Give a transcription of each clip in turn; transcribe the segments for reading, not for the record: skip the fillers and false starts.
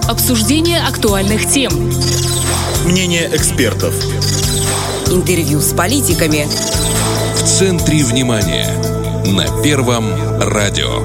Обсуждение актуальных тем. Мнение экспертов. Интервью с политиками. В центре внимания. На Первом радио.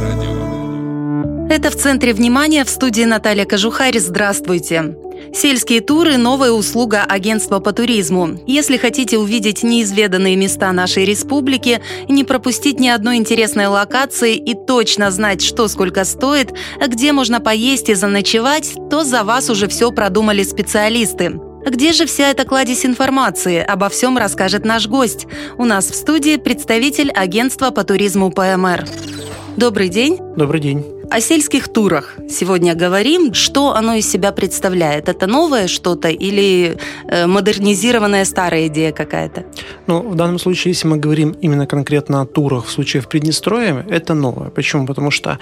Это «В центре внимания», в студии Наталья Кожухарь. Здравствуйте. Сельские туры – новая услуга агентства по туризму. Если хотите увидеть неизведанные места нашей республики, не пропустить ни одной интересной локации и точно знать, что сколько стоит, где можно поесть и заночевать, то за вас уже все продумали специалисты. Где же вся эта кладезь информации? Обо всем расскажет наш гость. У нас в студии представитель агентства по туризму ПМР. Добрый день. Добрый день. О сельских турах сегодня говорим. Что оно из себя представляет? Это новое что-то или модернизированная старая идея какая-то? В данном случае, если мы говорим именно конкретно о турах в случае в Приднестровье, это новое. Почему? Потому что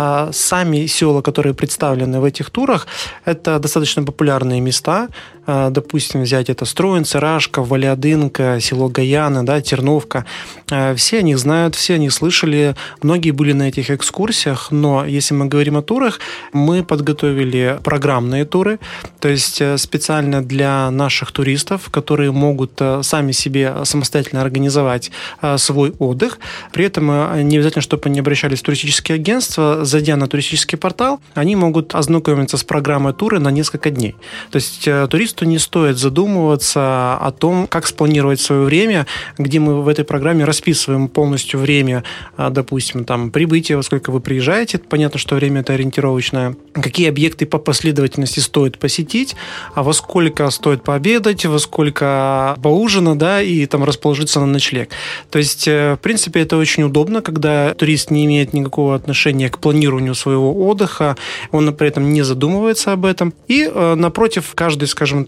сами села, которые представлены в этих турах, это достаточно популярные места. Допустим, взять это Строинцы, Рашка, Валиадынка, село Гаяны, Терновка. Все о них знают, все о них слышали. Многие были на этих экскурсиях, но если мы говорим о турах, мы подготовили программные туры, то есть специально для наших туристов, которые могут сами себе самостоятельно организовать свой отдых. При этом не обязательно, чтобы они обращались в туристические агентства. Зайдя на туристический портал, они могут ознакомиться с программой туры на несколько дней. То есть туристу не стоит задумываться о том, как спланировать свое время, где мы в этой программе расписываем полностью время, допустим, прибытия, во сколько вы приезжаете. Понятно, что время это ориентировочное. Какие объекты по последовательности стоит посетить, а во сколько стоит пообедать, во сколько поужинать, и расположиться на ночлег. То есть, в принципе, это очень удобно, когда турист не имеет никакого отношения к планированию своего отдыха, он при этом не задумывается об этом. И напротив каждой,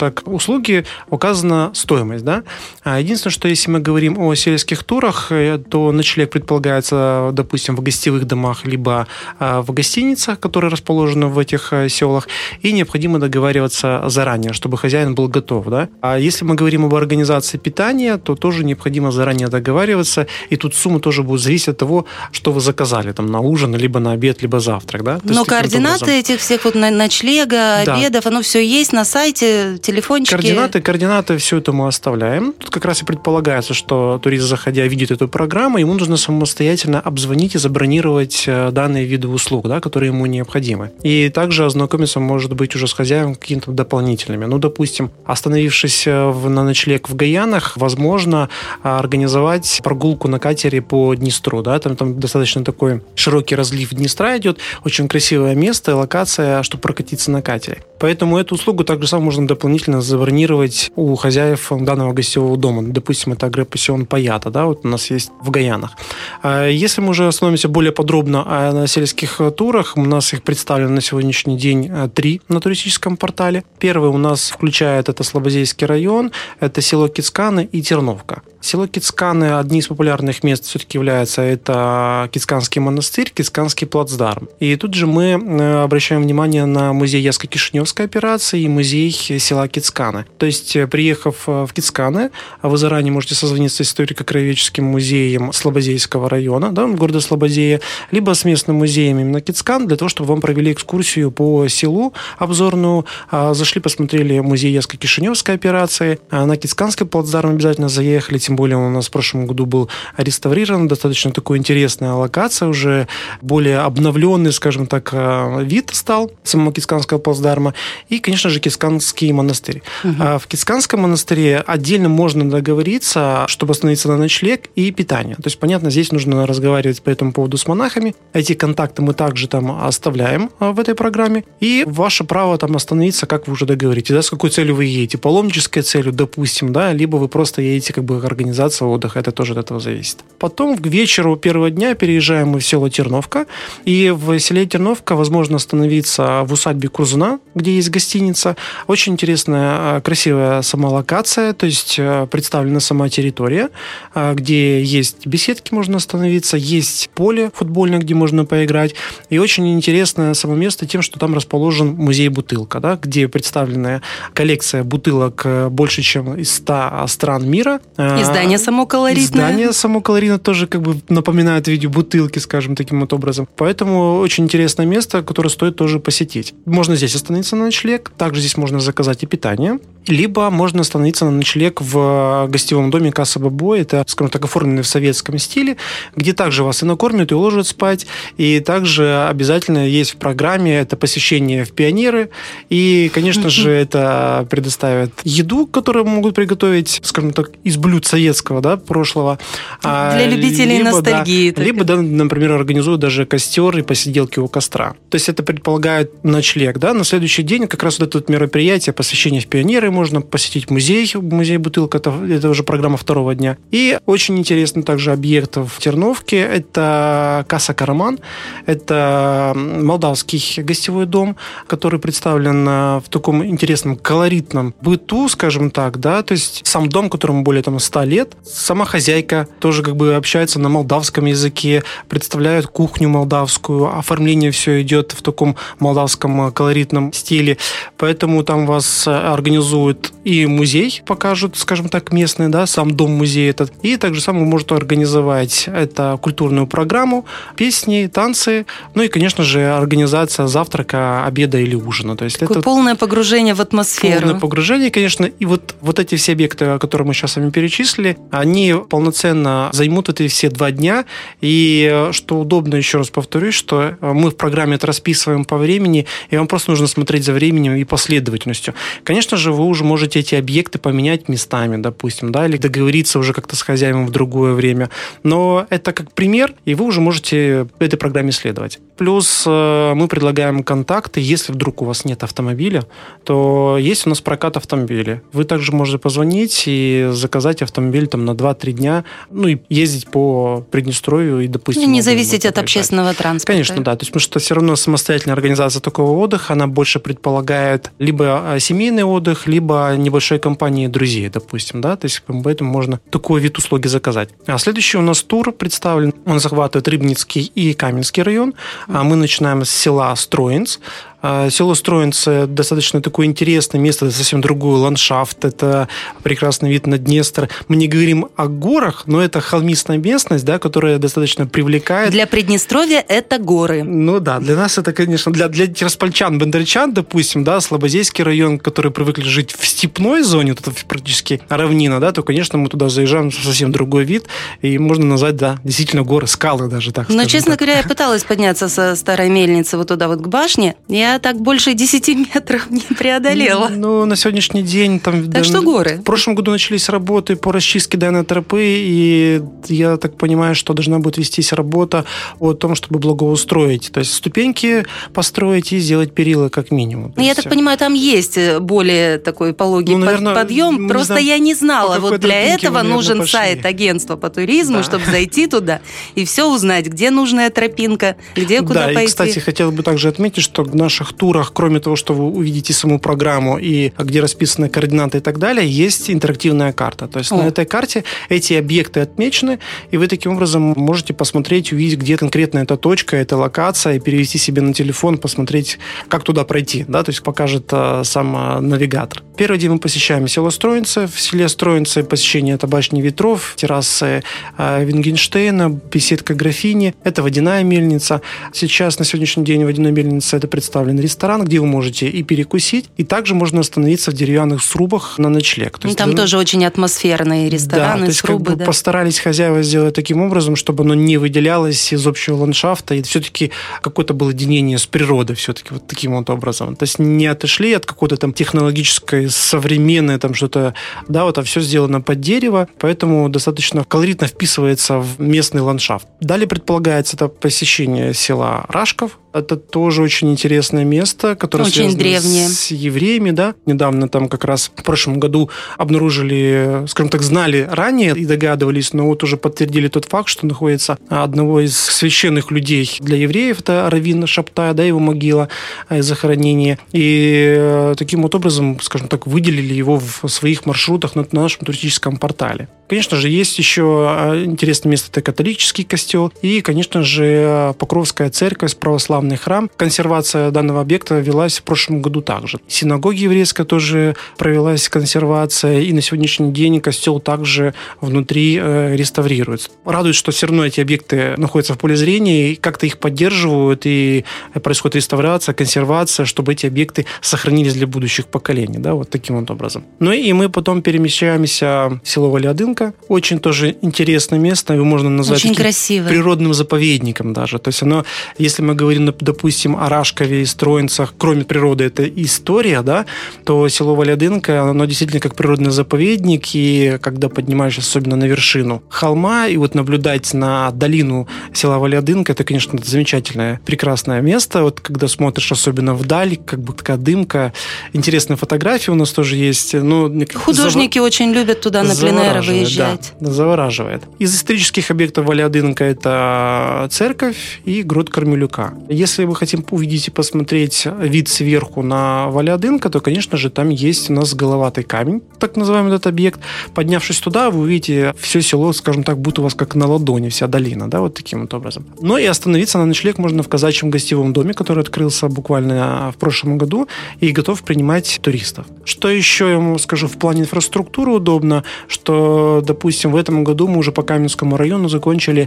услуги указана стоимость. Единственное, что если мы говорим о сельских турах, то ночлег предполагается, допустим, в гостевых домах, либо в гостиницах, которые расположены в этих селах, и необходимо договариваться заранее, чтобы хозяин был готов. А если мы говорим об организации питания, то тоже необходимо заранее договариваться, и тут сумма тоже будет зависеть от того, что вы заказали на ужин, либо на обед, либо завтрак. Но координаты этих всех ночлега, обедов, оно все есть на сайте, телефончики? Координаты, все это мы оставляем. Тут как раз и предполагается, что турист, заходя, видит эту программу, ему нужно самостоятельно обзвонить и забронировать данные виды услуг, которые ему необходимы. И также ознакомиться, может быть, уже с хозяином какими-то дополнительными. Допустим, остановившись на ночлег в Гаянах, возможно организовать прогулку на катере по Днестру. Там достаточно такой широкий разлив Днестра идет, очень красивое место и локация, чтобы прокатиться на катере. Поэтому эту услугу также сам можно дополнительно забронировать у хозяев данного гостевого дома. Допустим, это агропассион Паята, у нас есть в Гаянах. Если мы уже остановимся более подробно на сельских турах, у нас их представлено на сегодняшний день 3 на туристическом портале. Первый у нас включает это Слободейский район, это село Кицканы и Терновка. Село Кицканы, одни из популярных мест все-таки является, это Кицканский монастырь, Кицканский плацдарм. И тут же мы обращаем внимание на музей Яско-Кишиневской операции и музей села Кицканы. То есть, приехав в Кицканы, вы заранее можете созвониться с историко-краеведческим музеем Слободейского района, города Слободея, либо с местным музеем именно Кицкан, для того, чтобы вам провели экскурсию по селу обзорную, зашли, посмотрели музей Яско-Кишиневской операции, на Кицканский плацдарм обязательно заехали, тем более он у нас в прошлом году был реставрирован, достаточно такой интересная локация, уже более обновленный, вид стал самого Кицканского плацдарма, и, конечно же, Кицканский монастырь. В Кицканском монастыре отдельно можно договориться, чтобы остановиться на ночлег и питание. То есть, понятно, здесь нужно разговаривать по этому поводу с монахами. Эти контакты мы также оставляем в этой программе. И ваше право остановиться, как вы уже договоритесь. С какой целью вы едете? Паломнической целью, допустим, либо вы просто едете как организация отдыха. Это тоже от этого зависит. Потом к вечеру первого дня переезжаем мы в село Терновка. И в селе Терновка возможно остановиться в усадьбе Курзуна, где есть гостиница. Очень интересная, красивая сама локация, то есть представлена сама территория, где есть беседки, можно остановиться, есть поле футбольное, где можно поиграть. И очень интересное само место тем, что там расположен музей «Бутылка», где представлена коллекция бутылок больше, чем из 100 стран мира. Из здание само колоритное. Здание само колоритное тоже как бы напоминает в виде бутылки, скажем, таким вот образом. Поэтому очень интересное место, которое стоит тоже посетить. Можно здесь остановиться на ночлег, также здесь можно заказать и питание, либо можно остановиться на ночлег в гостевом доме Каса Бабой. Это, скажем так, оформленный в советском стиле, где также вас и накормят, и уложат спать, и также обязательно есть в программе это посещение в пионеры, и, конечно же, это предоставят еду, которую могут приготовить, скажем так, из блюд советского, да, прошлого. Для любителей ностальгии. Да, либо, да, например, организуют даже костер и посиделки у костра. То есть это предполагает ночлег, да, на следующий день как раз вот это вот мероприятие, посещение в пионеры, можно посетить музей «Бутылка», это уже программа второго дня. И очень интересный также объект в Терновке, это Каса Караман, это молдавский гостевой дом, который представлен в таком интересном колоритном быту, скажем так, да, то есть сам дом, которому более 100 лет, сама хозяйка тоже как бы общается на молдавском языке, представляет кухню молдавскую, оформление все идет в таком молдавском колоритном стиле, поэтому там вас организуют и музей, покажут, скажем так, местный, да, сам дом-музей этот, и также сам вы можете организовать это культурную программу, песни, танцы, ну и, конечно же, организация завтрака, обеда или ужина. То есть такое это полное погружение в атмосферу. Полное погружение, конечно, и вот эти все объекты, которые мы сейчас с вами перечислили, они полноценно займут эти все 2 дня, и что удобно, еще раз повторюсь, что мы в программе это расписываем по времени, и вам просто нужно смотреть за временем и последовательностью. Конечно же, вы уже можете эти объекты поменять местами, допустим, да, или договориться уже как-то с хозяином в другое время, но это как пример, и вы уже можете этой программе следовать. Плюс мы предлагаем контакты, если вдруг у вас нет автомобиля, то есть у нас прокат автомобиля. Вы также можете позвонить и заказать автомобиль там на 2-3 дня, ну и ездить по Приднестровью и, допустим... Не зависеть от общественного транспорта. Конечно, да. То есть, потому что все равно самостоятельная организация такого отдыха, она больше предполагает либо семейный отдых, либо небольшой компании друзей, допустим, да, то есть поэтому можно такой вид услуги заказать. А следующий у нас тур представлен, он захватывает Рыбницкий и Каменский район. Мы начинаем с села Строинц. Село Строинцы достаточно такое интересное место, это совсем другой ландшафт, это прекрасный вид на Днестр. Мы не говорим о горах, но это холмистая местность, да, которая достаточно привлекает. Для Приднестровья это горы. Ну да, для нас это, конечно, для тираспольчан, бондарчан, допустим, да, Слободейский район, который привыкли жить в степной зоне, это практически равнина, да, то, конечно, мы туда заезжаем в совсем другой вид, и можно назвать, да, действительно горы, скалы даже, так сказать. Но, честно говоря, я пыталась подняться со старой мельницы вот туда вот к башне, я так больше 10 метров не преодолела. Ну, на сегодняшний день там... Так что горы. В прошлом году начались работы по расчистке данной тропы, и я так понимаю, что должна будет вестись работа о том, чтобы благоустроить. То есть ступеньки построить и сделать перила как минимум. Я так понимаю, там есть более такой пологий подъем, просто я не знала. Вот для этого нужен сайт агентства по туризму, чтобы зайти туда и все узнать, где нужная тропинка, где куда пойти. Да, и, кстати, хотел бы также отметить, что в наших турах, кроме того, что вы увидите саму программу и где расписаны координаты и так далее, есть интерактивная карта. То есть на этой карте эти объекты отмечены, и вы таким образом можете посмотреть, увидеть, где конкретно эта точка, эта локация, и перевести себе на телефон, посмотреть, как туда пройти. Да? То есть покажет сам навигатор. Первый день мы посещаем село Строинцы. В селе Строинцы посещение это башни ветров, террасы Вингенштейна, беседка графини. Это водяная мельница. Сейчас на сегодняшний день водяной мельнице это представлен ресторан, где вы можете и перекусить, и также можно остановиться в деревянных срубах на ночлег. То есть, там тоже очень атмосферные рестораны, то есть, срубы. Как бы постарались хозяева сделать таким образом, чтобы оно не выделялось из общего ландшафта, и все-таки какое-то было единение с природой, все-таки вот таким вот образом. То есть не отошли от какой-то там технологической, современной там что-то, да, вот, а все сделано под дерево, поэтому достаточно колоритно вписывается в местный ландшафт. Далее предполагается это посещение села Рашков. Это тоже очень интересное место, которое очень связано древнее. С евреями, да. Недавно там как раз в прошлом году обнаружили, скажем так, знали ранее и догадывались, но вот уже подтвердили тот факт, что находится одного из священных людей для евреев, это Равин Шабтай, да, его могила и захоронение. И таким вот образом, скажем так, выделили его в своих маршрутах на нашем туристическом портале. Конечно же, есть еще интересное место, это католический костел и, конечно же, Покровская церковь с православной православный храм. Консервация данного объекта велась в прошлом году также. Синагоги еврейской тоже провелась консервация, и на сегодняшний день костел также внутри реставрируется. Радует, что все равно эти объекты находятся в поле зрения, и как-то их поддерживают, и происходит реставрация, консервация, чтобы эти объекты сохранились для будущих поколений, да, вот таким вот образом. Ну и мы потом перемещаемся в село Валиадынка. Очень тоже интересное место, его можно назвать природным заповедником даже. То есть оно, если мы говорим, допустим, о Рашкове и Строинцах, кроме природы, это история, да, то село Валиадынка, оно действительно как природный заповедник, и когда поднимаешься особенно на вершину холма, и вот наблюдать на долину села Валиадынка, это, конечно, замечательное, прекрасное место. Вот когда смотришь особенно вдаль, как бы такая дымка, интересные фотографии у нас тоже есть. Художники очень любят туда на пленэры выезжать. Да, завораживает. Из исторических объектов Валиадынка это церковь и грот Кармелюка. Если мы хотим увидеть и посмотреть вид сверху на Валиадынка, то, конечно же, там есть у нас головатый камень, так называемый этот объект. Поднявшись туда, вы увидите все село, скажем так, будто у вас как на ладони, вся долина, да, вот таким вот образом. Но и остановиться на ночлег можно в казачьем гостевом доме, который открылся буквально в прошлом году и готов принимать туристов. Что еще я вам скажу в плане инфраструктуры удобно, что, допустим, в этом году мы уже по Каменскому району закончили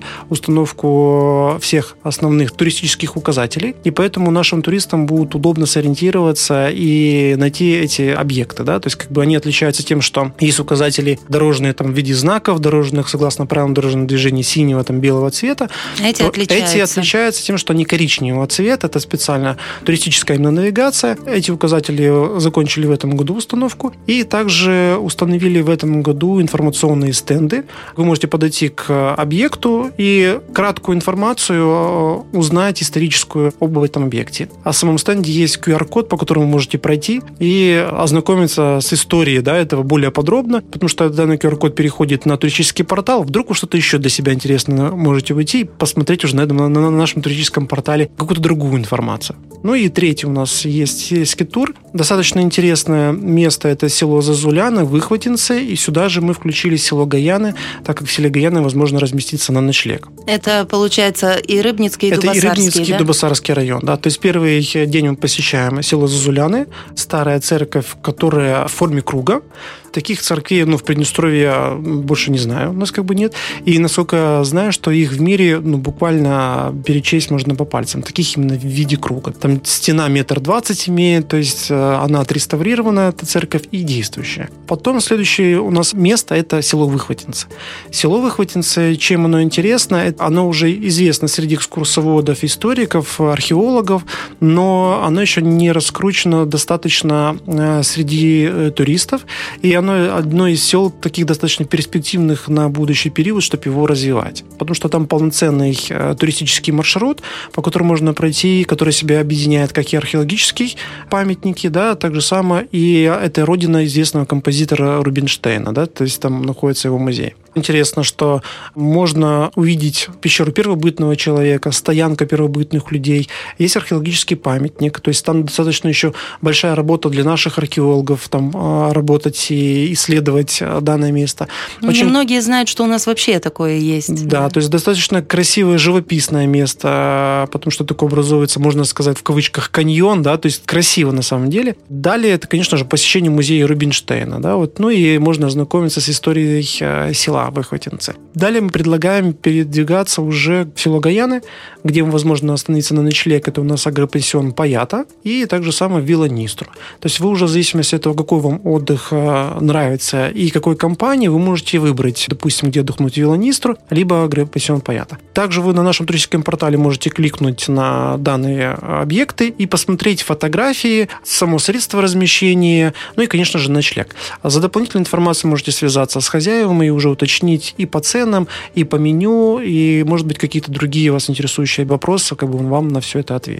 установку всех основных туристических указателей, и поэтому нашим туристам будет удобно сориентироваться и найти эти объекты, да, то есть как бы они отличаются тем, что есть указатели дорожные там в виде знаков дорожных, согласно правилам дорожного движения, синего, там, белого цвета. Эти отличаются тем, что они коричневого цвета, это специально туристическая именно навигация. Эти указатели закончили в этом году установку, и также установили в этом году информационные стенды. Вы можете подойти к объекту и краткую информацию узнать историческую об этом объекте. А в самом стенде есть QR-код, по которому вы можете пройти и ознакомиться с историей, да, этого более подробно, потому что данный QR-код переходит на туристический портал. Вдруг вы что-то еще для себя интересное можете выйти и посмотреть уже на нашем туристическом портале какую-то другую информацию. Ну и третий у нас есть сельский тур. Достаточно интересное место – это село Зазуляны, Выхватинцы, и сюда же мы включили село Гаяны, так как в селе Гаяны возможно разместиться на ночлег. Это, получается, и Рыбницкий, и Дубосарский, это и Рыбницкий, да? и Дубосарский район, да. То есть первый день мы посещаем село Зазуляны, старая церковь, которая в форме круга. Таких церквей, в Приднестровье я больше не знаю, у нас как бы нет. И насколько знаю, что их в мире буквально перечесть можно по пальцам. Таких именно в виде круга. Там стена 1,20 м имеет, то есть она отреставрирована, эта церковь, и действующая. Потом следующее у нас место – это село Выхватинцы. Село Выхватинцы, чем оно интересно? Оно уже известно среди экскурсоводов, историков, археологов, но оно еще не раскручено достаточно среди туристов, и оно одно из сел таких достаточно перспективных на будущий период, чтобы его развивать. Потому что там полноценный туристический маршрут, по которому можно пройти, который себя объединяет как и археологические памятники, да, так же самое и это родина известного композитора Рубинштейна, да, то есть там находится его музей. Интересно, что можно увидеть пещеру первобытного человека, стоянка первобытных людей. Есть археологический памятник, то есть там достаточно еще большая работа для наших археологов, там работать и исследовать данное место. Очень... Многие знают, что у нас вообще такое есть. Да, то есть достаточно красивое, живописное место, потому что такое образуется, можно сказать, в кавычках, каньон, да, то есть красиво на самом деле. Далее это, конечно же, посещение музея Рубинштейна, да, вот, ну и можно ознакомиться с историей села Выхватинцы. Далее мы предлагаем передвигаться уже в село Гаяны, где возможно остановиться на ночлег. Это у нас агропансион Паята и также самое Вилла Нистру. То есть вы уже в зависимости от того, какой вам отдых нравится и какой компании, вы можете выбрать, допустим, где отдохнуть в Вилла Нистру, либо агропансион Паята. Также вы на нашем туристическом портале можете кликнуть на данные объекты и посмотреть фотографии, само средство размещения, ну и, конечно же, ночлег. За дополнительной информацией можете связаться с хозяевами и уже уточнить и по ценам, и по меню, и, может быть, какие-то другие вас интересующие вопросы, как бы он вам на все это ответит.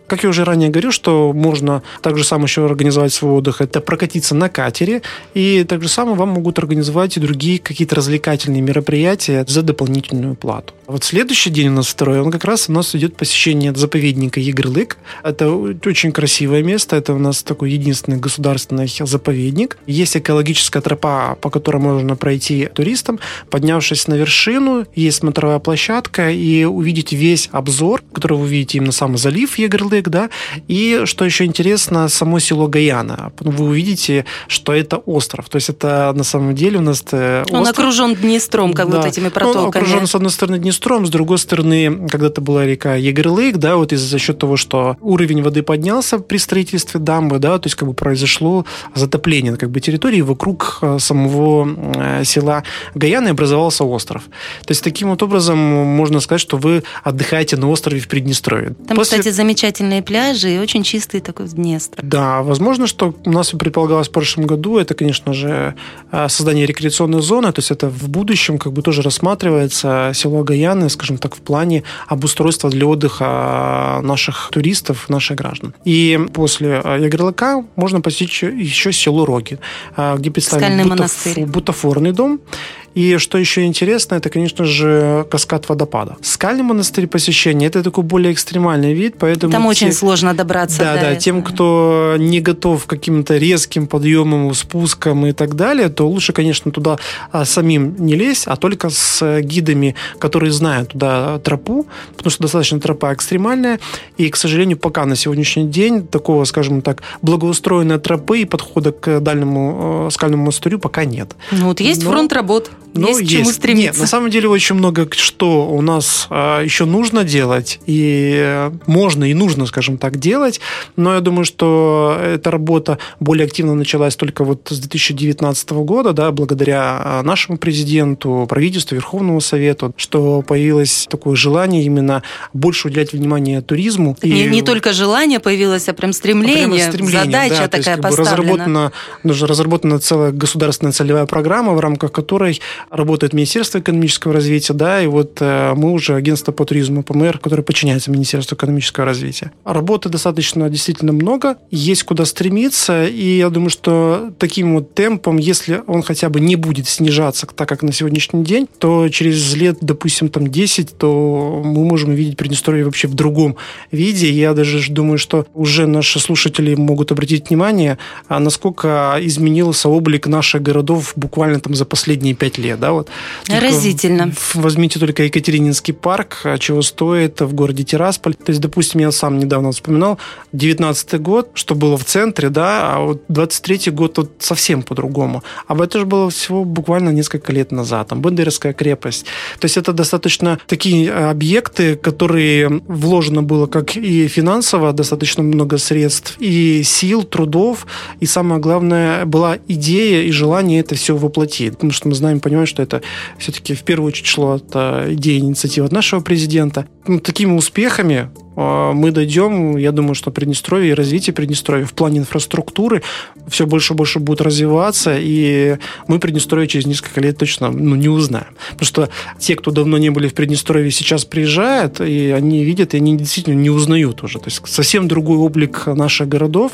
Как я уже ранее говорил, что можно также сам еще организовать свой отдых, это прокатиться на катере, и так же самое вам могут организовать и другие какие-то развлекательные мероприятия за дополнительную плату. Вот следующий день у нас второй, он как раз у нас идет посещение заповедника Егорлык. Это очень красивое место, это у нас такой единственный государственный заповедник. Есть экологическая тропа, по которой можно пройти туристам. Поднявшись на вершину, есть смотровая площадка, и увидеть весь обзор, который вы увидите именно сам залив Егорлык, да, и, что еще интересно, само село Гаяна. Вы увидите, что это остров. То есть это на самом деле у нас остров. Он окружен Днестром, как вот этими протоками. Он окружен, с одной стороны, Днестром, с другой стороны, когда-то была река Егорлык, да, вот за счет того, что уровень воды поднялся при строительстве дамбы, да, то есть как бы произошло затопление как бы территории вокруг самого села Гаяна, и образовался остров. То есть таким вот образом можно сказать, что вы отдыхаете на острове в Приднестровье. Там, кстати, замечательные пляжи и очень чистый такой Днестр. Да, возможно, что у нас предполагалось в прошлом году, это, конечно же, создание рекреационной зоны, то есть это в будущем как бы тоже рассматривается село Гаяны, скажем так, в плане обустройства для отдыха наших туристов, наших граждан. И после Егорлыка можно посетить еще село Роги, где представлен бутафорный дом. И что еще интересно, это, конечно же, каскад водопада. Скальный монастырь посещения – это такой более экстремальный вид, поэтому... Там очень сложно добраться до этого. Тем, кто не готов к каким-то резким подъемам, спускам и так далее, то лучше, конечно, туда самим не лезть, а только с гидами, которые знают туда тропу, потому что достаточно тропа экстремальная, и, к сожалению, пока на сегодняшний день такого, скажем так, благоустроенной тропы и подхода к дальнему скальному монастырю пока нет. Ну, вот есть фронт работ. Есть к чему стремиться. Нет, на самом деле очень много что у нас еще нужно делать, и можно и нужно, скажем так, делать, но я думаю, что эта работа более активно началась только вот с 2019 года, да, благодаря нашему президенту, правительству, Верховному Совету, что появилось такое желание именно больше уделять внимание туризму. Не только желание появилось, а прям стремление, задача такая поставлена. Разработана целая государственная целевая программа, в рамках которой работает Министерство экономического развития, да, и вот мы уже агентство по туризму ПМР, которое подчиняется Министерству экономического развития. Работы достаточно действительно много, есть куда стремиться, и я думаю, что таким вот темпом, если он хотя бы не будет снижаться, так как на сегодняшний день, то через лет, допустим, 10, то мы можем увидеть Приднестровье вообще в другом виде. Я даже думаю, что уже наши слушатели могут обратить внимание, насколько изменился облик наших городов буквально за последние 5 лет. Да, вот. Разительно. Возьмите только Екатерининский парк, чего стоит в городе Тирасполь. То есть, допустим, я сам недавно вспоминал 19-й год, что было в центре, да, а вот 23-й год вот совсем по-другому. А это же было всего буквально несколько лет назад. Там Бендерская крепость. То есть это достаточно такие объекты, которые вложено было как и финансово достаточно много средств, и сил, трудов, и самое главное, была идея и желание это все воплотить. Потому что мы знаем, понимаем, что это все-таки в первую очередь шло от идеи, инициативы от нашего президента. Такими успехами мы дойдем, я думаю, что Приднестровье и развитие Приднестровья в плане инфраструктуры все больше и больше будет развиваться, и мы Приднестровье через несколько лет точно не узнаем. Потому что те, кто давно не были в Приднестровье, сейчас приезжают, и они видят, и они действительно не узнают уже. То есть совсем другой облик наших городов,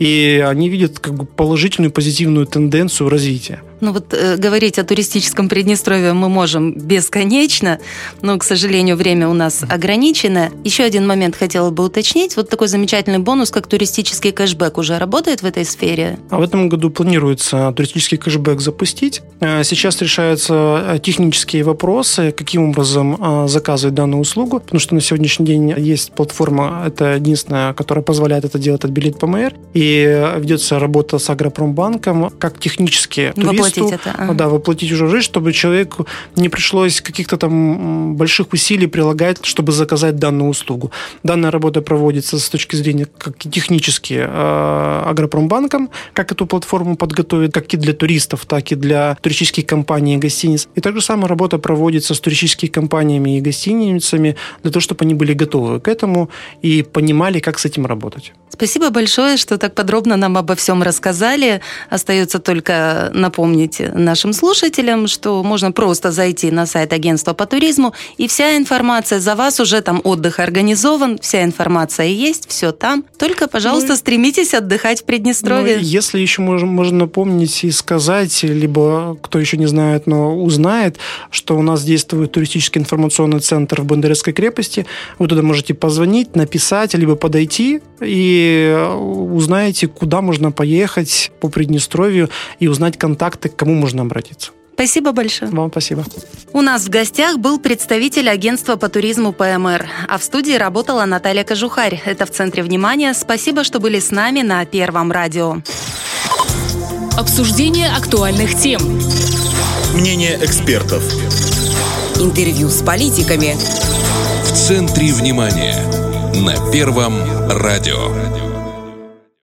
и они видят как бы положительную, позитивную тенденцию развития. Говорить о туристическом Приднестровье мы можем бесконечно, но, к сожалению, время у нас ограничено. Еще один момент хотела бы уточнить. Вот такой замечательный бонус, как туристический кэшбэк, уже работает в этой сфере? В этом году планируется туристический кэшбэк запустить. Сейчас решаются технические вопросы, каким образом заказывать данную услугу, потому что на сегодняшний день есть платформа, это единственная, которая позволяет это делать от Билет ПМР, и ведется работа с Агропромбанком, как технически туристу воплотить уже в жизнь, чтобы человеку не пришлось каких-то там больших усилий прилагать, чтобы заказать данную услугу. Данная работа проводится с точки зрения как и технически Агропромбанком, как эту платформу подготовить, как и для туристов, так и для туристических компаний и гостиниц. И также самая работа проводится с туристическими компаниями и гостиницами для того, чтобы они были готовы к этому и понимали, как с этим работать. Спасибо большое, что так подробно нам обо всем рассказали. Остается только напомнить нашим слушателям, что можно просто зайти на сайт агентства по туризму, и вся информация за вас, уже там отдых организован, вся информация есть, все там. Только, пожалуйста, стремитесь отдыхать в Приднестровье. Если еще можно напомнить и сказать, либо кто еще не знает, но узнает, что у нас действует туристический информационный центр в Бондаревской крепости. Вы туда можете позвонить, написать, либо подойти и узнаете, куда можно поехать по Приднестровью, и узнать контакты, к кому можно обратиться. Спасибо большое. Вам спасибо. У нас в гостях был представитель агентства по туризму ПМР, а в студии работала Наталья Кожухарь. Это в центре внимания. Спасибо, что были с нами на Первом радио. Обсуждение актуальных тем. Мнение экспертов. Интервью с политиками. В центре внимания. На Первом радио.